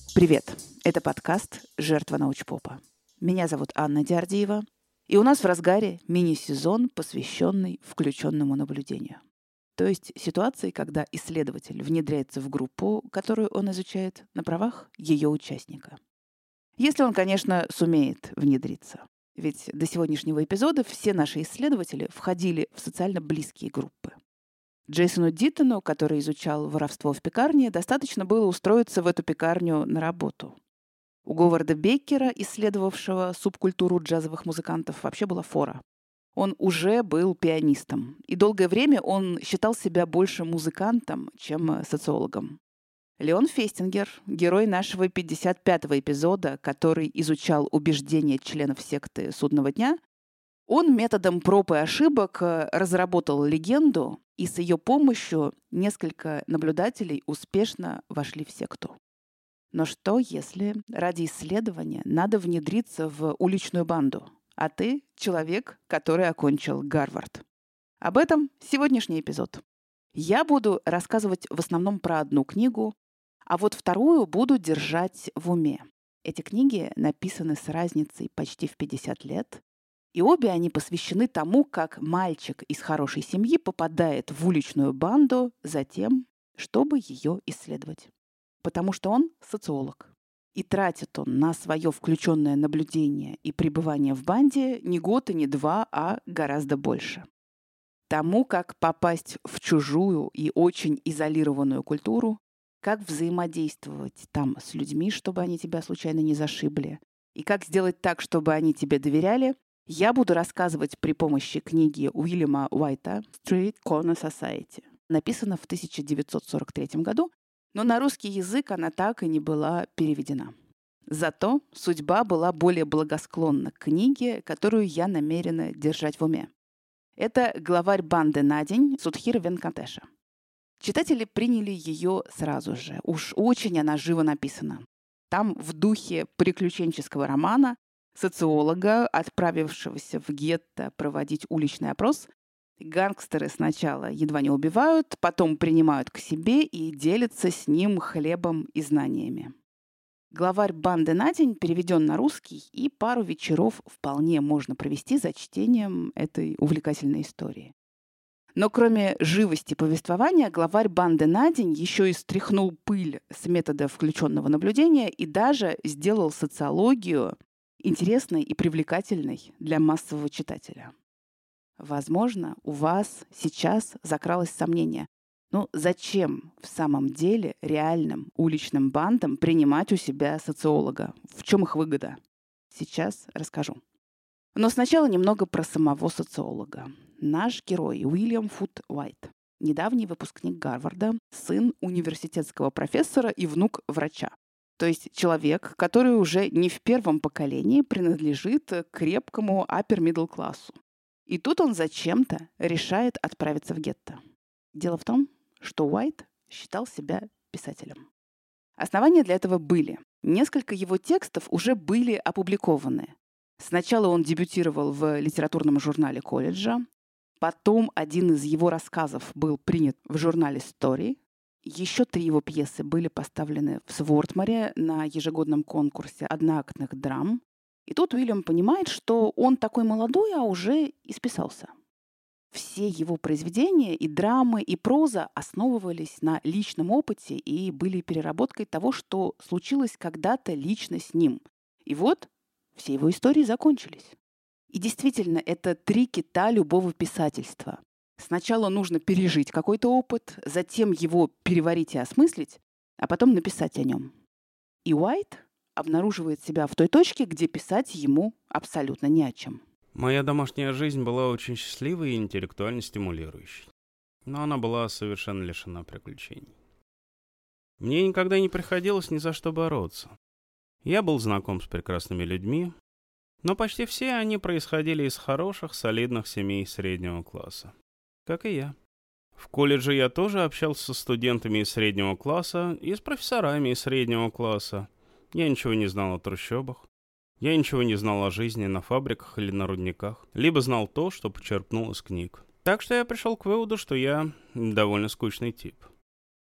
Привет! Это подкаст «Жертва научпопа». Меня зовут Анна Диардиева, и у нас в разгаре мини-сезон, посвященный включенному наблюдению. То есть ситуации, когда исследователь внедряется в группу, которую он изучает, на правах ее участника. Если он, конечно, сумеет внедриться. Ведь до сегодняшнего эпизода все наши исследователи входили в социально близкие группы. Джейсону Диттону, который изучал воровство в пекарне, достаточно было устроиться в эту пекарню на работу. У Говарда Беккера, исследовавшего субкультуру джазовых музыкантов, вообще была фора. Он уже был пианистом, и долгое время он считал себя больше музыкантом, чем социологом. Леон Фестингер, герой нашего 55-го эпизода, который изучал убеждения членов секты Судного дня, он методом проб и ошибок разработал легенду, и с ее помощью несколько наблюдателей успешно вошли в секту. Но что, если ради исследования надо внедриться в уличную банду, а ты — человек, который окончил Гарвард? Об этом сегодняшний эпизод. Я буду рассказывать в основном про одну книгу, а вот вторую буду держать в уме. Эти книги написаны с разницей почти в 50 лет, и обе они посвящены тому, как мальчик из хорошей семьи попадает в уличную банду за тем, чтобы ее исследовать. Потому что он социолог. И тратит он на свое включенное наблюдение и пребывание в банде не год и не два, а гораздо больше. Тому, как попасть в чужую и очень изолированную культуру, как взаимодействовать там с людьми, чтобы они тебя случайно не зашибли, и как сделать так, чтобы они тебе доверяли, я буду рассказывать при помощи книги Уильяма Уайта «Street Corner Society». Написана в 1943 году, но на русский язык она так и не была переведена. Зато судьба была более благосклонна к книге, которую я намерена держать в уме. Это «Главарь банды на день» Судхира Венкатеша. Читатели приняли ее сразу же. Уж очень она живо написана. Там в духе приключенческого романа социолога, отправившегося в гетто проводить уличный опрос, гангстеры сначала едва не убивают, потом принимают к себе и делятся с ним хлебом и знаниями. «Главарь банды на день» переведен на русский, и пару вечеров вполне можно провести за чтением этой увлекательной истории. Но кроме живости повествования, главарь банды на день еще и стряхнул пыль с метода включенного наблюдения и даже сделал социологию интересной и привлекательной для массового читателя. Возможно, у вас сейчас закралось сомнение. Зачем в самом деле реальным уличным бандам принимать у себя социолога? В чем их выгода? Сейчас расскажу. Но сначала немного про самого социолога. Наш герой Уильям Фуд Уайт. Недавний выпускник Гарварда, сын университетского профессора и внук врача. То есть человек, который уже не в первом поколении принадлежит к крепкому upper-middle классу. И тут он зачем-то решает отправиться в гетто. Дело в том, что Уайт считал себя писателем. Основания для этого были. Несколько его текстов уже были опубликованы. Сначала он дебютировал в литературном журнале колледжа, потом один из его рассказов был принят в журнале Story. Еще 3 его пьесы были поставлены в Свортморе на ежегодном конкурсе одноактных драм. И тут Уильям понимает, что он такой молодой, а уже исписался. Все его произведения, и драмы, и проза основывались на личном опыте и были переработкой того, что случилось когда-то лично с ним. И вот все его истории закончились. И действительно, это 3 кита любого писательства. Сначала нужно пережить какой-то опыт, затем его переварить и осмыслить, а потом написать о нем. И Уайт обнаруживает себя в той точке, где писать ему абсолютно не о чем. Моя домашняя жизнь была очень счастливой и интеллектуально стимулирующей. Но она была совершенно лишена приключений. Мне никогда не приходилось ни за что бороться. Я был знаком с прекрасными людьми, но почти все они происходили из хороших, солидных семей среднего класса. Как и я. В колледже я тоже общался со студентами из среднего класса и с профессорами из среднего класса. Я ничего не знал о трущобах. Я ничего не знал о жизни на фабриках или на рудниках. Либо знал то, что почерпнул из книг. Так что я пришел к выводу, что я довольно скучный тип.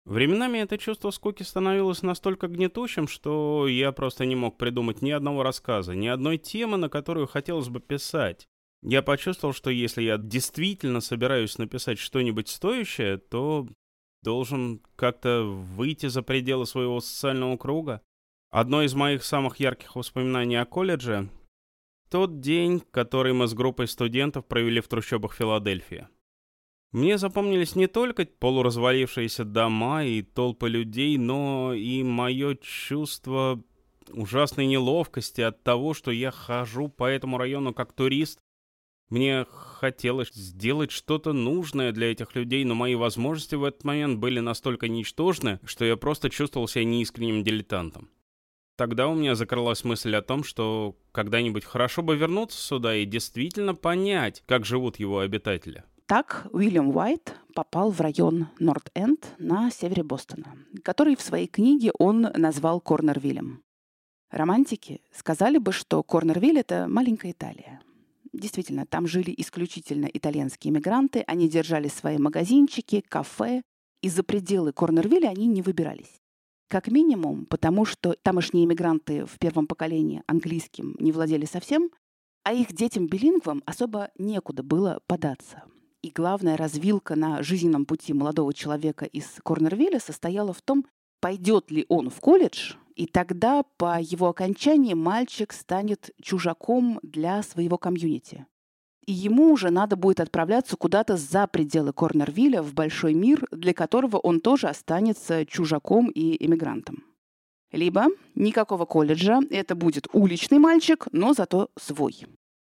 Временами это чувство скуки становилось настолько гнетущим, что я просто не мог придумать ни одного рассказа, ни одной темы, на которую хотелось бы писать. Я почувствовал, что если я действительно собираюсь написать что-нибудь стоящее, то должен как-то выйти за пределы своего социального круга. Одно из моих самых ярких воспоминаний о колледже — тот день, который мы с группой студентов провели в трущобах Филадельфии. Мне запомнились не только полуразвалившиеся дома и толпы людей, но и мое чувство ужасной неловкости от того, что я хожу по этому району как турист. Мне хотелось сделать что-то нужное для этих людей, но мои возможности в этот момент были настолько ничтожны, что я просто чувствовал себя неискренним дилетантом. Тогда у меня закралась мысль о том, что когда-нибудь хорошо бы вернуться сюда и действительно понять, как живут его обитатели. Так Уильям Уайт попал в район Норт-Энд на севере Бостона, который в своей книге он назвал Корнервиллем. Романтики сказали бы, что Корнервилл — это маленькая Италия. Действительно, там жили исключительно итальянские мигранты, они держали свои магазинчики, кафе, и за пределы Корнервилля они не выбирались. Как минимум, потому что тамошние иммигранты в первом поколении английским не владели совсем, а их детям-билингвам особо некуда было податься. И главная развилка на жизненном пути молодого человека из Корнервилля состояла в том, пойдет ли он в колледж, и тогда по его окончании мальчик станет чужаком для своего комьюнити. И ему уже надо будет отправляться куда-то за пределы Корнервилля в большой мир, для которого он тоже останется чужаком и эмигрантом. Либо никакого колледжа, это будет уличный мальчик, но зато свой.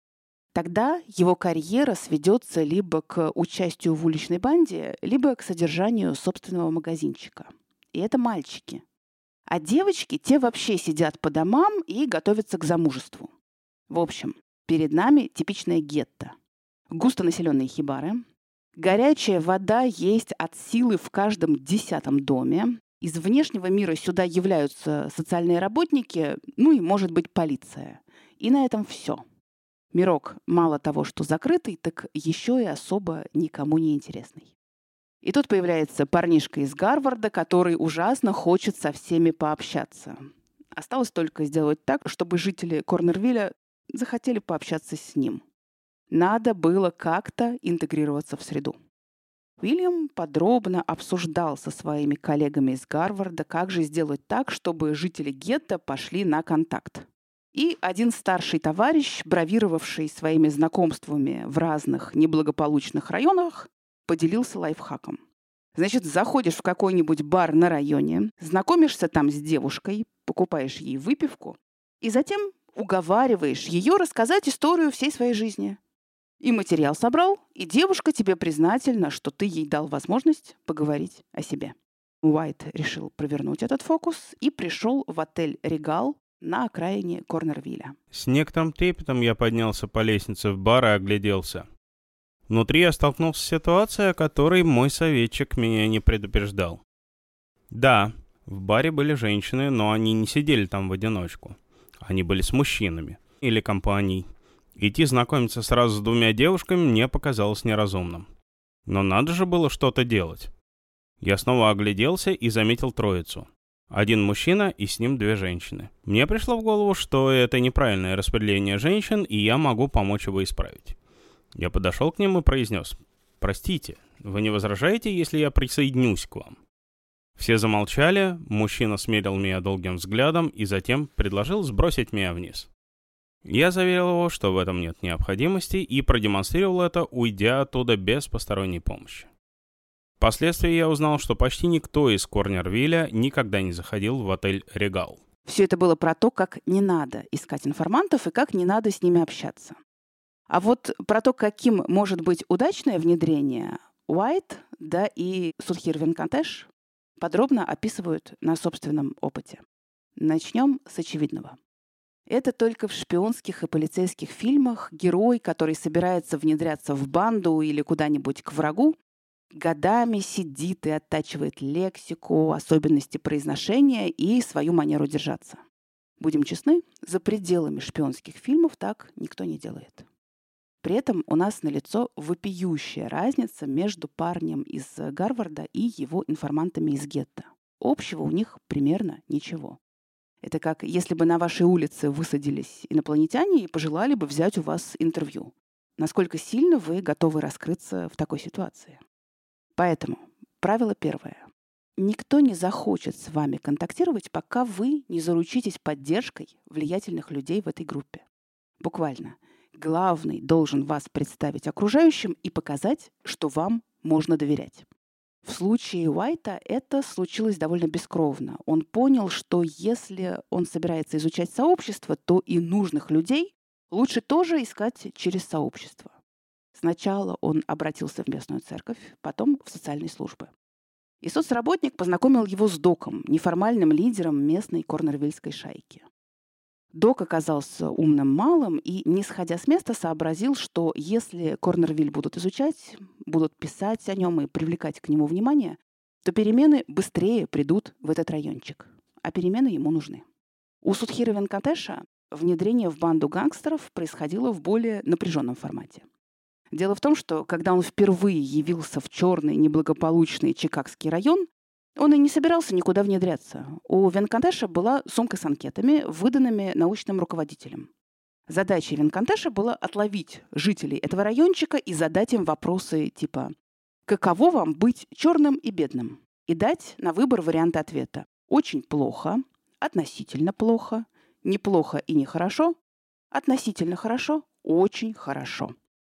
Тогда его карьера сведется либо к участию в уличной банде, либо к содержанию собственного магазинчика. И это мальчики. А девочки, те вообще сидят по домам и готовятся к замужеству. В общем, перед нами типичное гетто. Густонаселенные хибары. Горячая вода есть от силы в каждом 10-м доме. Из внешнего мира сюда являются социальные работники, ну и, может быть, полиция. И на этом все. Мирок мало того, что закрытый, так еще и особо никому не интересный. И тут появляется парнишка из Гарварда, который ужасно хочет со всеми пообщаться. Осталось только сделать так, чтобы жители Корнервилля захотели пообщаться с ним. Надо было как-то интегрироваться в среду. Уильям подробно обсуждал со своими коллегами из Гарварда, как же сделать так, чтобы жители гетто пошли на контакт. И один старший товарищ, бравировавший своими знакомствами в разных неблагополучных районах, поделился лайфхаком. Значит, заходишь в какой-нибудь бар на районе, знакомишься там с девушкой, покупаешь ей выпивку, и затем уговариваешь ее рассказать историю всей своей жизни. И материал собрал, и девушка тебе признательна, что ты ей дал возможность поговорить о себе. Уайт решил провернуть этот фокус и пришел в отель «Регал» на окраине Корнервилля. С некоторым трепетом я поднялся по лестнице в бар и огляделся. Внутри я столкнулся с ситуацией, о которой мой советчик меня не предупреждал. Да, в баре были женщины, но они не сидели там в одиночку. Они были с мужчинами или компанией. Идти знакомиться сразу с двумя девушками мне показалось неразумным. Но надо же было что-то делать. Я снова огляделся и заметил троицу. Один мужчина и с ним две женщины. Мне пришло в голову, что это неправильное распределение женщин, и я могу помочь его исправить. Я подошел к ним и произнес: «Простите, вы не возражаете, если я присоединюсь к вам?» Все замолчали, мужчина смерил меня долгим взглядом и затем предложил сбросить меня вниз. Я заверил его, что в этом нет необходимости, и продемонстрировал это, уйдя оттуда без посторонней помощи. Впоследствии я узнал, что почти никто из Корнервилля никогда не заходил в отель «Регал». Все это было про то, как не надо искать информантов и как не надо с ними общаться. А вот про то, каким может быть удачное внедрение, Уайт, да и Судхир Венкатеш подробно описывают на собственном опыте. Начнем с очевидного. Это только в шпионских и полицейских фильмах герой, который собирается внедряться в банду или куда-нибудь к врагу, годами сидит и оттачивает лексику, особенности произношения и свою манеру держаться. Будем честны, за пределами шпионских фильмов так никто не делает. При этом у нас налицо вопиющая разница между парнем из Гарварда и его информантами из гетто. Общего у них примерно ничего. Это как если бы на вашей улице высадились инопланетяне и пожелали бы взять у вас интервью. Насколько сильно вы готовы раскрыться в такой ситуации? Поэтому правило первое. Никто не захочет с вами контактировать, пока вы не заручитесь поддержкой влиятельных людей в этой группе. Буквально. Главный должен вас представить окружающим и показать, что вам можно доверять. В случае Уайта это случилось довольно бескровно. Он понял, что если он собирается изучать сообщество, то и нужных людей лучше тоже искать через сообщество. Сначала он обратился в местную церковь, потом в социальные службы. И соцработник познакомил его с Доком, неформальным лидером местной корнервильской шайки. Док оказался умным малым и, не сходя с места, сообразил, что если Корнервиль будут изучать, будут писать о нем и привлекать к нему внимание, то перемены быстрее придут в этот райончик. А перемены ему нужны. У Судхира Венкатеша внедрение в банду гангстеров происходило в более напряженном формате. Дело в том, что когда он впервые явился в черный неблагополучный Чикагский район, он и не собирался никуда внедряться. У Венкатеша была сумка с анкетами, выданными научным руководителем. Задачей Венкатеша было отловить жителей этого райончика и задать им вопросы типа «Каково вам быть черным и бедным?» и дать на выбор варианты ответа «Очень плохо», «Относительно плохо», «Неплохо и нехорошо», «Относительно хорошо», «Очень хорошо».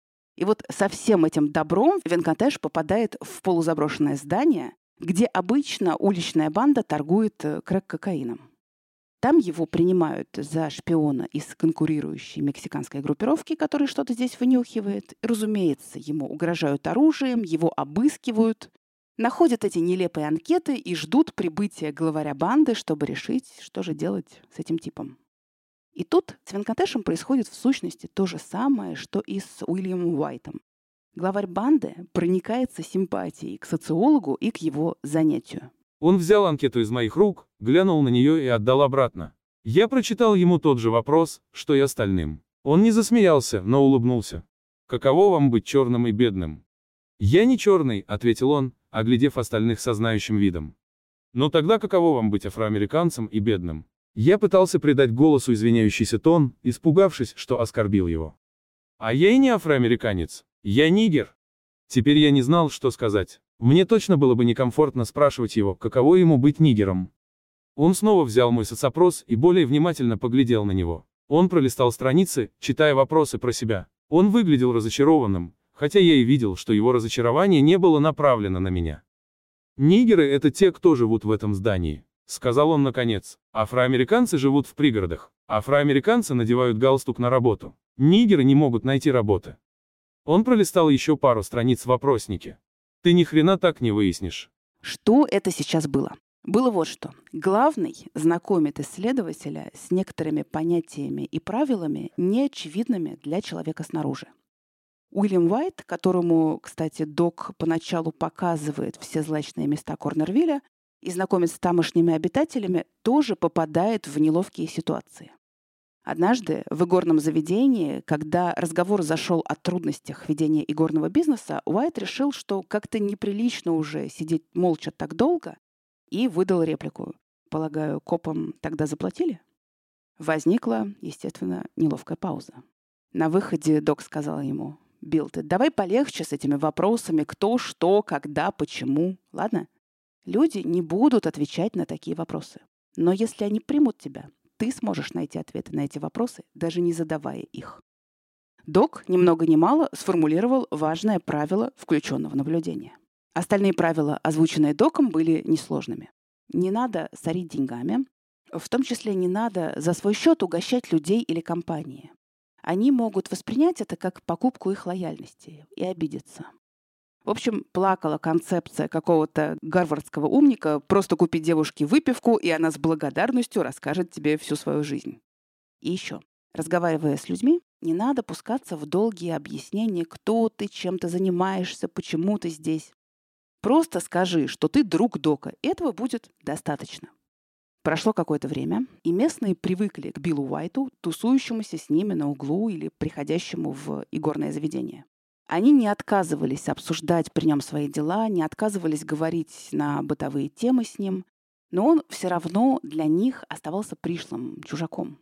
И вот со всем этим добром Венкатеш попадает в полузаброшенное здание, где обычно уличная банда торгует крэк-кокаином. Там его принимают за шпиона из конкурирующей мексиканской группировки, который что-то здесь вынюхивает. И, разумеется, ему угрожают оружием, его обыскивают, находят эти нелепые анкеты и ждут прибытия главаря банды, чтобы решить, что же делать с этим типом. И тут с Венкатешем происходит в сущности то же самое, что и с Уильямом Уайтом. Главарь банды проникается симпатией к социологу и к его занятию. Он взял анкету из моих рук, глянул на нее и отдал обратно. Я прочитал ему тот же вопрос, что и остальным. Он не засмеялся, но улыбнулся. «Каково вам быть черным и бедным?» «Я не черный», — ответил он, оглядев остальных со знающим видом. «Но тогда каково вам быть афроамериканцем и бедным?» Я пытался придать голосу извиняющийся тон, испугавшись, что оскорбил его. «А я и не афроамериканец. Я нигер». Теперь я не знал, что сказать. Мне точно было бы некомфортно спрашивать его, каково ему быть нигером. Он снова взял мой соцопрос и более внимательно поглядел на него. Он пролистал страницы, читая вопросы про себя. Он выглядел разочарованным, хотя я и видел, что его разочарование не было направлено на меня. «Нигеры — это те, кто живут в этом здании», — сказал он наконец. «Афроамериканцы живут в пригородах. Афроамериканцы надевают галстук на работу. Нигеры не могут найти работы». Он пролистал еще пару страниц в вопроснике. «Ты ни хрена так не выяснишь». Что это сейчас было? Было вот что. Главный знакомит исследователя с некоторыми понятиями и правилами, неочевидными для человека снаружи. Уильям Уайт, которому, кстати, Док поначалу показывает все злачные места Корнервилля и знакомит с тамошними обитателями, тоже попадает в неловкие ситуации. Однажды в игорном заведении, когда разговор зашел о трудностях ведения игорного бизнеса, Уайт решил, что как-то неприлично уже сидеть молча так долго, и выдал реплику. «Полагаю, копам тогда заплатили?» Возникла, естественно, неловкая пауза. На выходе Док сказал ему: «Билл, ты давай полегче с этими вопросами, кто, что, когда, почему, ладно? Люди не будут отвечать на такие вопросы. Но если они примут тебя, ты сможешь найти ответы на эти вопросы, даже не задавая их». Док, ни много ни мало, сформулировал важное правило включенного наблюдения. Остальные правила, озвученные Доком, были несложными. Не надо сорить деньгами, в том числе не надо за свой счет угощать людей или компании. Они могут воспринять это как покупку их лояльности и обидеться. В общем, плакала концепция какого-то гарвардского умника «просто купи девушке выпивку, и она с благодарностью расскажет тебе всю свою жизнь». И еще, разговаривая с людьми, не надо пускаться в долгие объяснения, кто ты, чем ты занимаешься, почему ты здесь. Просто скажи, что ты друг Дока, и этого будет достаточно. Прошло какое-то время, и местные привыкли к Биллу Уайту, тусующемуся с ними на углу или приходящему в игорное заведение. Они не отказывались обсуждать при нем свои дела, не отказывались говорить на бытовые темы с ним, но он все равно для них оставался пришлым, чужаком.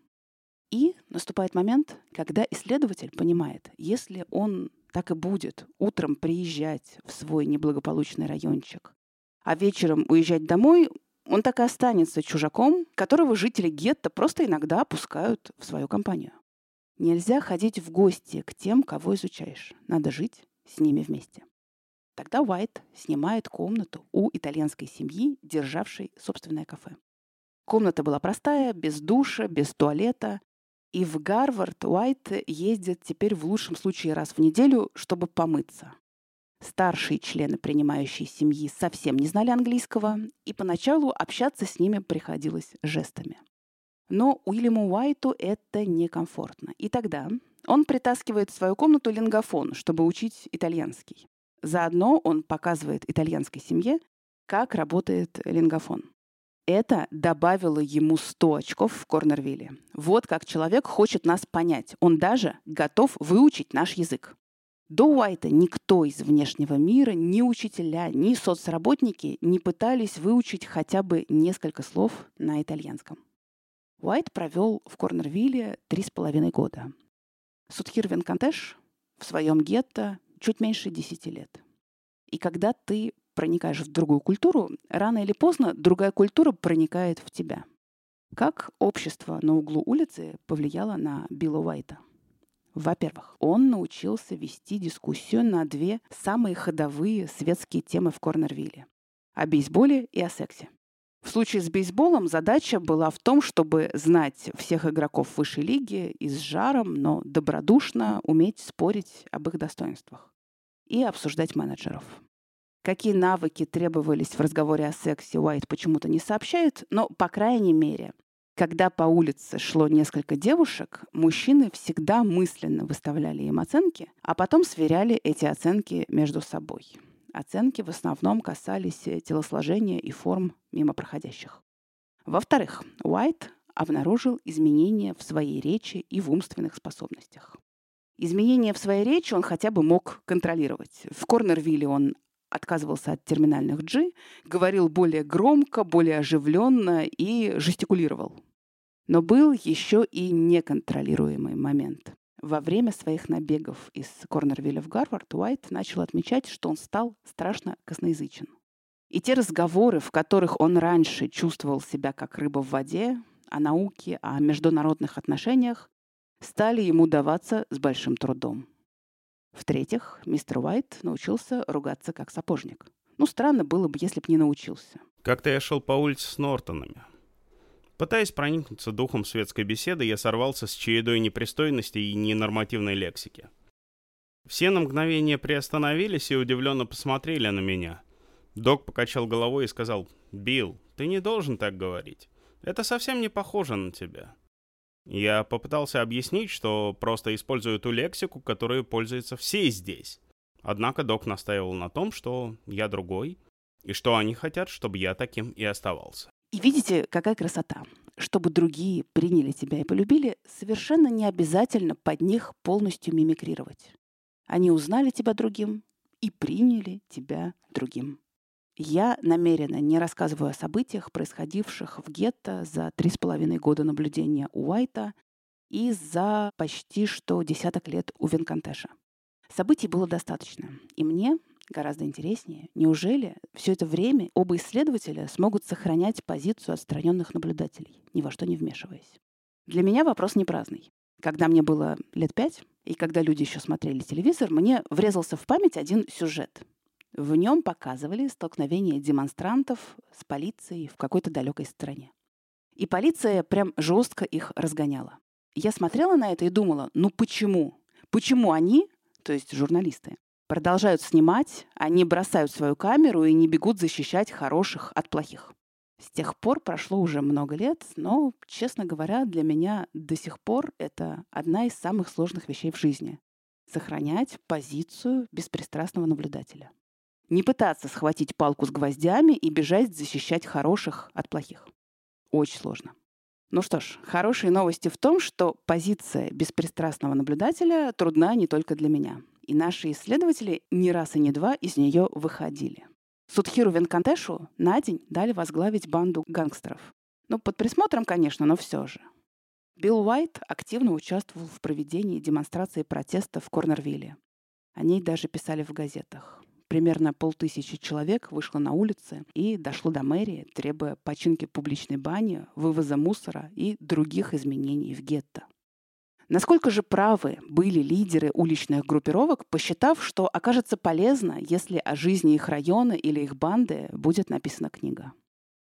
И наступает момент, когда исследователь понимает, если он так и будет утром приезжать в свой неблагополучный райончик, а вечером уезжать домой, он так и останется чужаком, которого жители гетто просто иногда опускают в свою компанию. Нельзя ходить в гости к тем, кого изучаешь. Надо жить с ними вместе. Тогда Уайт снимает комнату у итальянской семьи, державшей собственное кафе. Комната была простая, без душа, без туалета. И в Гарвард Уайт ездит теперь в лучшем случае раз в неделю, чтобы помыться. Старшие члены принимающей семьи совсем не знали английского, и поначалу общаться с ними приходилось жестами. Но Уильяму Уайту это некомфортно. И тогда он притаскивает в свою комнату лингофон, чтобы учить итальянский. Заодно он показывает итальянской семье, как работает лингофон. Это добавило ему 100 очков в Корнервилле. Вот как человек хочет нас понять. Он даже готов выучить наш язык. До Уайта никто из внешнего мира, ни учителя, ни соцработники не пытались выучить хотя бы несколько слов на итальянском. Уайт провел в Корнервилле 3,5 года. Судхир Венкатеш в своем гетто чуть меньше 10 лет. И когда ты проникаешь в другую культуру, рано или поздно другая культура проникает в тебя. Как общество на углу улицы повлияло на Билла Уайта? Во-первых, он научился вести дискуссию на 2 самые ходовые светские темы в Корнервилле – о бейсболе и о сексе. В случае с бейсболом задача была в том, чтобы знать всех игроков высшей лиги и с жаром, но добродушно уметь спорить об их достоинствах и обсуждать менеджеров. Какие навыки требовались в разговоре о сексе, Уайт почему-то не сообщает, но, по крайней мере, когда по улице шло несколько девушек, мужчины всегда мысленно выставляли им оценки, а потом сверяли эти оценки между собой. Оценки в основном касались телосложения и форм мимо проходящих. Во-вторых, Уайт обнаружил изменения в своей речи и в умственных способностях. Изменения в своей речи он хотя бы мог контролировать. В Корнервилле он отказывался от терминальных «G», говорил более громко, более оживленно и жестикулировал. Но был еще и неконтролируемый момент. Во время своих набегов из Корнервилля в Гарвард Уайт начал отмечать, что он стал страшно косноязычен. И те разговоры, в которых он раньше чувствовал себя как рыба в воде, о науке, о международных отношениях, стали ему даваться с большим трудом. В-третьих, мистер Уайт научился ругаться как сапожник. Странно было бы, если бы не научился. Как-то я шел по улице с Нортонами. Пытаясь проникнуться духом светской беседы, я сорвался с чередой непристойностей и ненормативной лексики. Все на мгновение приостановились и удивленно посмотрели на меня. Док покачал головой и сказал: «Билл, ты не должен так говорить. Это совсем не похоже на тебя». Я попытался объяснить, что просто использую ту лексику, которой пользуются все здесь. Однако док настаивал на том, что я другой, и что они хотят, чтобы я таким и оставался. И видите, какая красота. Чтобы другие приняли тебя и полюбили, совершенно не обязательно под них полностью мимикрировать. Они узнали тебя другим и приняли тебя другим. Я намеренно не рассказываю о событиях, происходивших в гетто за 3,5 года наблюдения у Уайта и за почти что 10 лет у Венкатеша. Событий было достаточно. И мне гораздо интереснее, неужели все это время оба исследователя смогут сохранять позицию отстраненных наблюдателей, ни во что не вмешиваясь? Для меня вопрос не праздный. Когда мне было лет 5, и когда люди еще смотрели телевизор, мне врезался в память один сюжет. В нем показывали столкновение демонстрантов с полицией в какой-то далекой стране. И полиция прям жестко их разгоняла. Я смотрела на это и думала, почему? Почему они, то есть журналисты, продолжают снимать, они бросают свою камеру и не бегут защищать хороших от плохих? С тех пор прошло уже много лет, но, честно говоря, для меня до сих пор это одна из самых сложных вещей в жизни — сохранять позицию беспристрастного наблюдателя. Не пытаться схватить палку с гвоздями и бежать защищать хороших от плохих. очень сложно. Ну что ж, хорошие новости в том, что позиция беспристрастного наблюдателя трудна не только для меня. И наши исследователи не раз и не два из нее выходили. Судхиру Венкатешу на день дали возглавить банду гангстеров. Под присмотром, конечно, но все же. Билл Уайт активно участвовал в проведении демонстрации протеста в Корнервилле. О ней даже писали в газетах. Примерно 500 человек вышло на улицы и дошло до мэрии, требуя починки публичной бани, вывоза мусора и других изменений в гетто. Насколько же правы были лидеры уличных группировок, посчитав, что окажется полезно, если о жизни их района или их банды будет написана книга?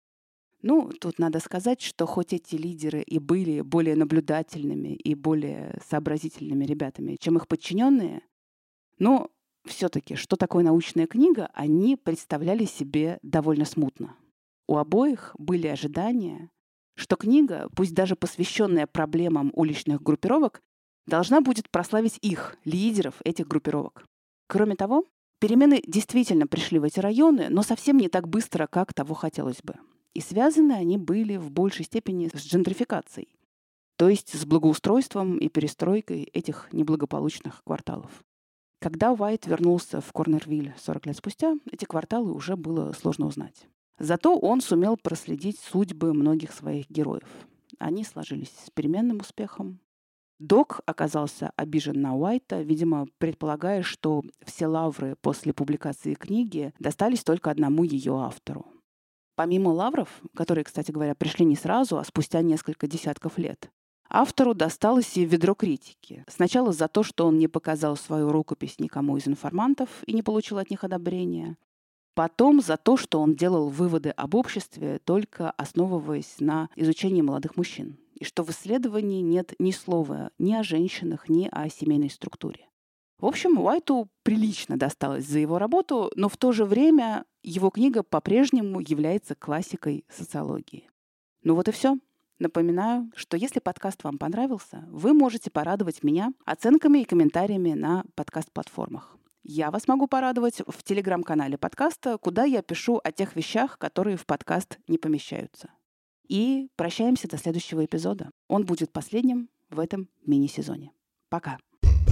Тут надо сказать, что хоть эти лидеры и были более наблюдательными и более сообразительными ребятами, чем их подчиненные, но все-таки, что такое научная книга, они представляли себе довольно смутно. У обоих были ожидания, что книга, пусть даже посвященная проблемам уличных группировок, должна будет прославить их, лидеров этих группировок. Кроме того, перемены действительно пришли в эти районы, но совсем не так быстро, как того хотелось бы. И связаны они были в большей степени с джентрификацией, то есть с благоустройством и перестройкой этих неблагополучных кварталов. Когда Уайт вернулся в Корнервилл 40 лет спустя, эти кварталы уже было сложно узнать. Зато он сумел проследить судьбы многих своих героев. Они сложились с переменным успехом. Док оказался обижен на Уайта, видимо, предполагая, что все лавры после публикации книги достались только одному ее автору. Помимо лавров, которые, кстати говоря, пришли не сразу, а спустя несколько десятков лет, автору досталось и ведро критики. Сначала за то, что он не показал свою рукопись никому из информантов и не получил от них одобрения. Потом за то, что он делал выводы об обществе, только основываясь на изучении молодых мужчин. И что в исследовании нет ни слова ни о женщинах, ни о семейной структуре. В общем, Уайту прилично досталось за его работу, но в то же время его книга по-прежнему является классикой социологии. Вот и все. Напоминаю, что если подкаст вам понравился, вы можете порадовать меня оценками и комментариями на подкаст-платформах. Я вас могу порадовать в телеграм-канале подкаста, куда я пишу о тех вещах, которые в подкаст не помещаются. И прощаемся до следующего эпизода. Он будет последним в этом мини-сезоне. Пока!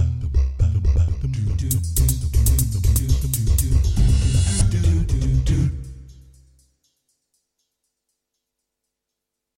Do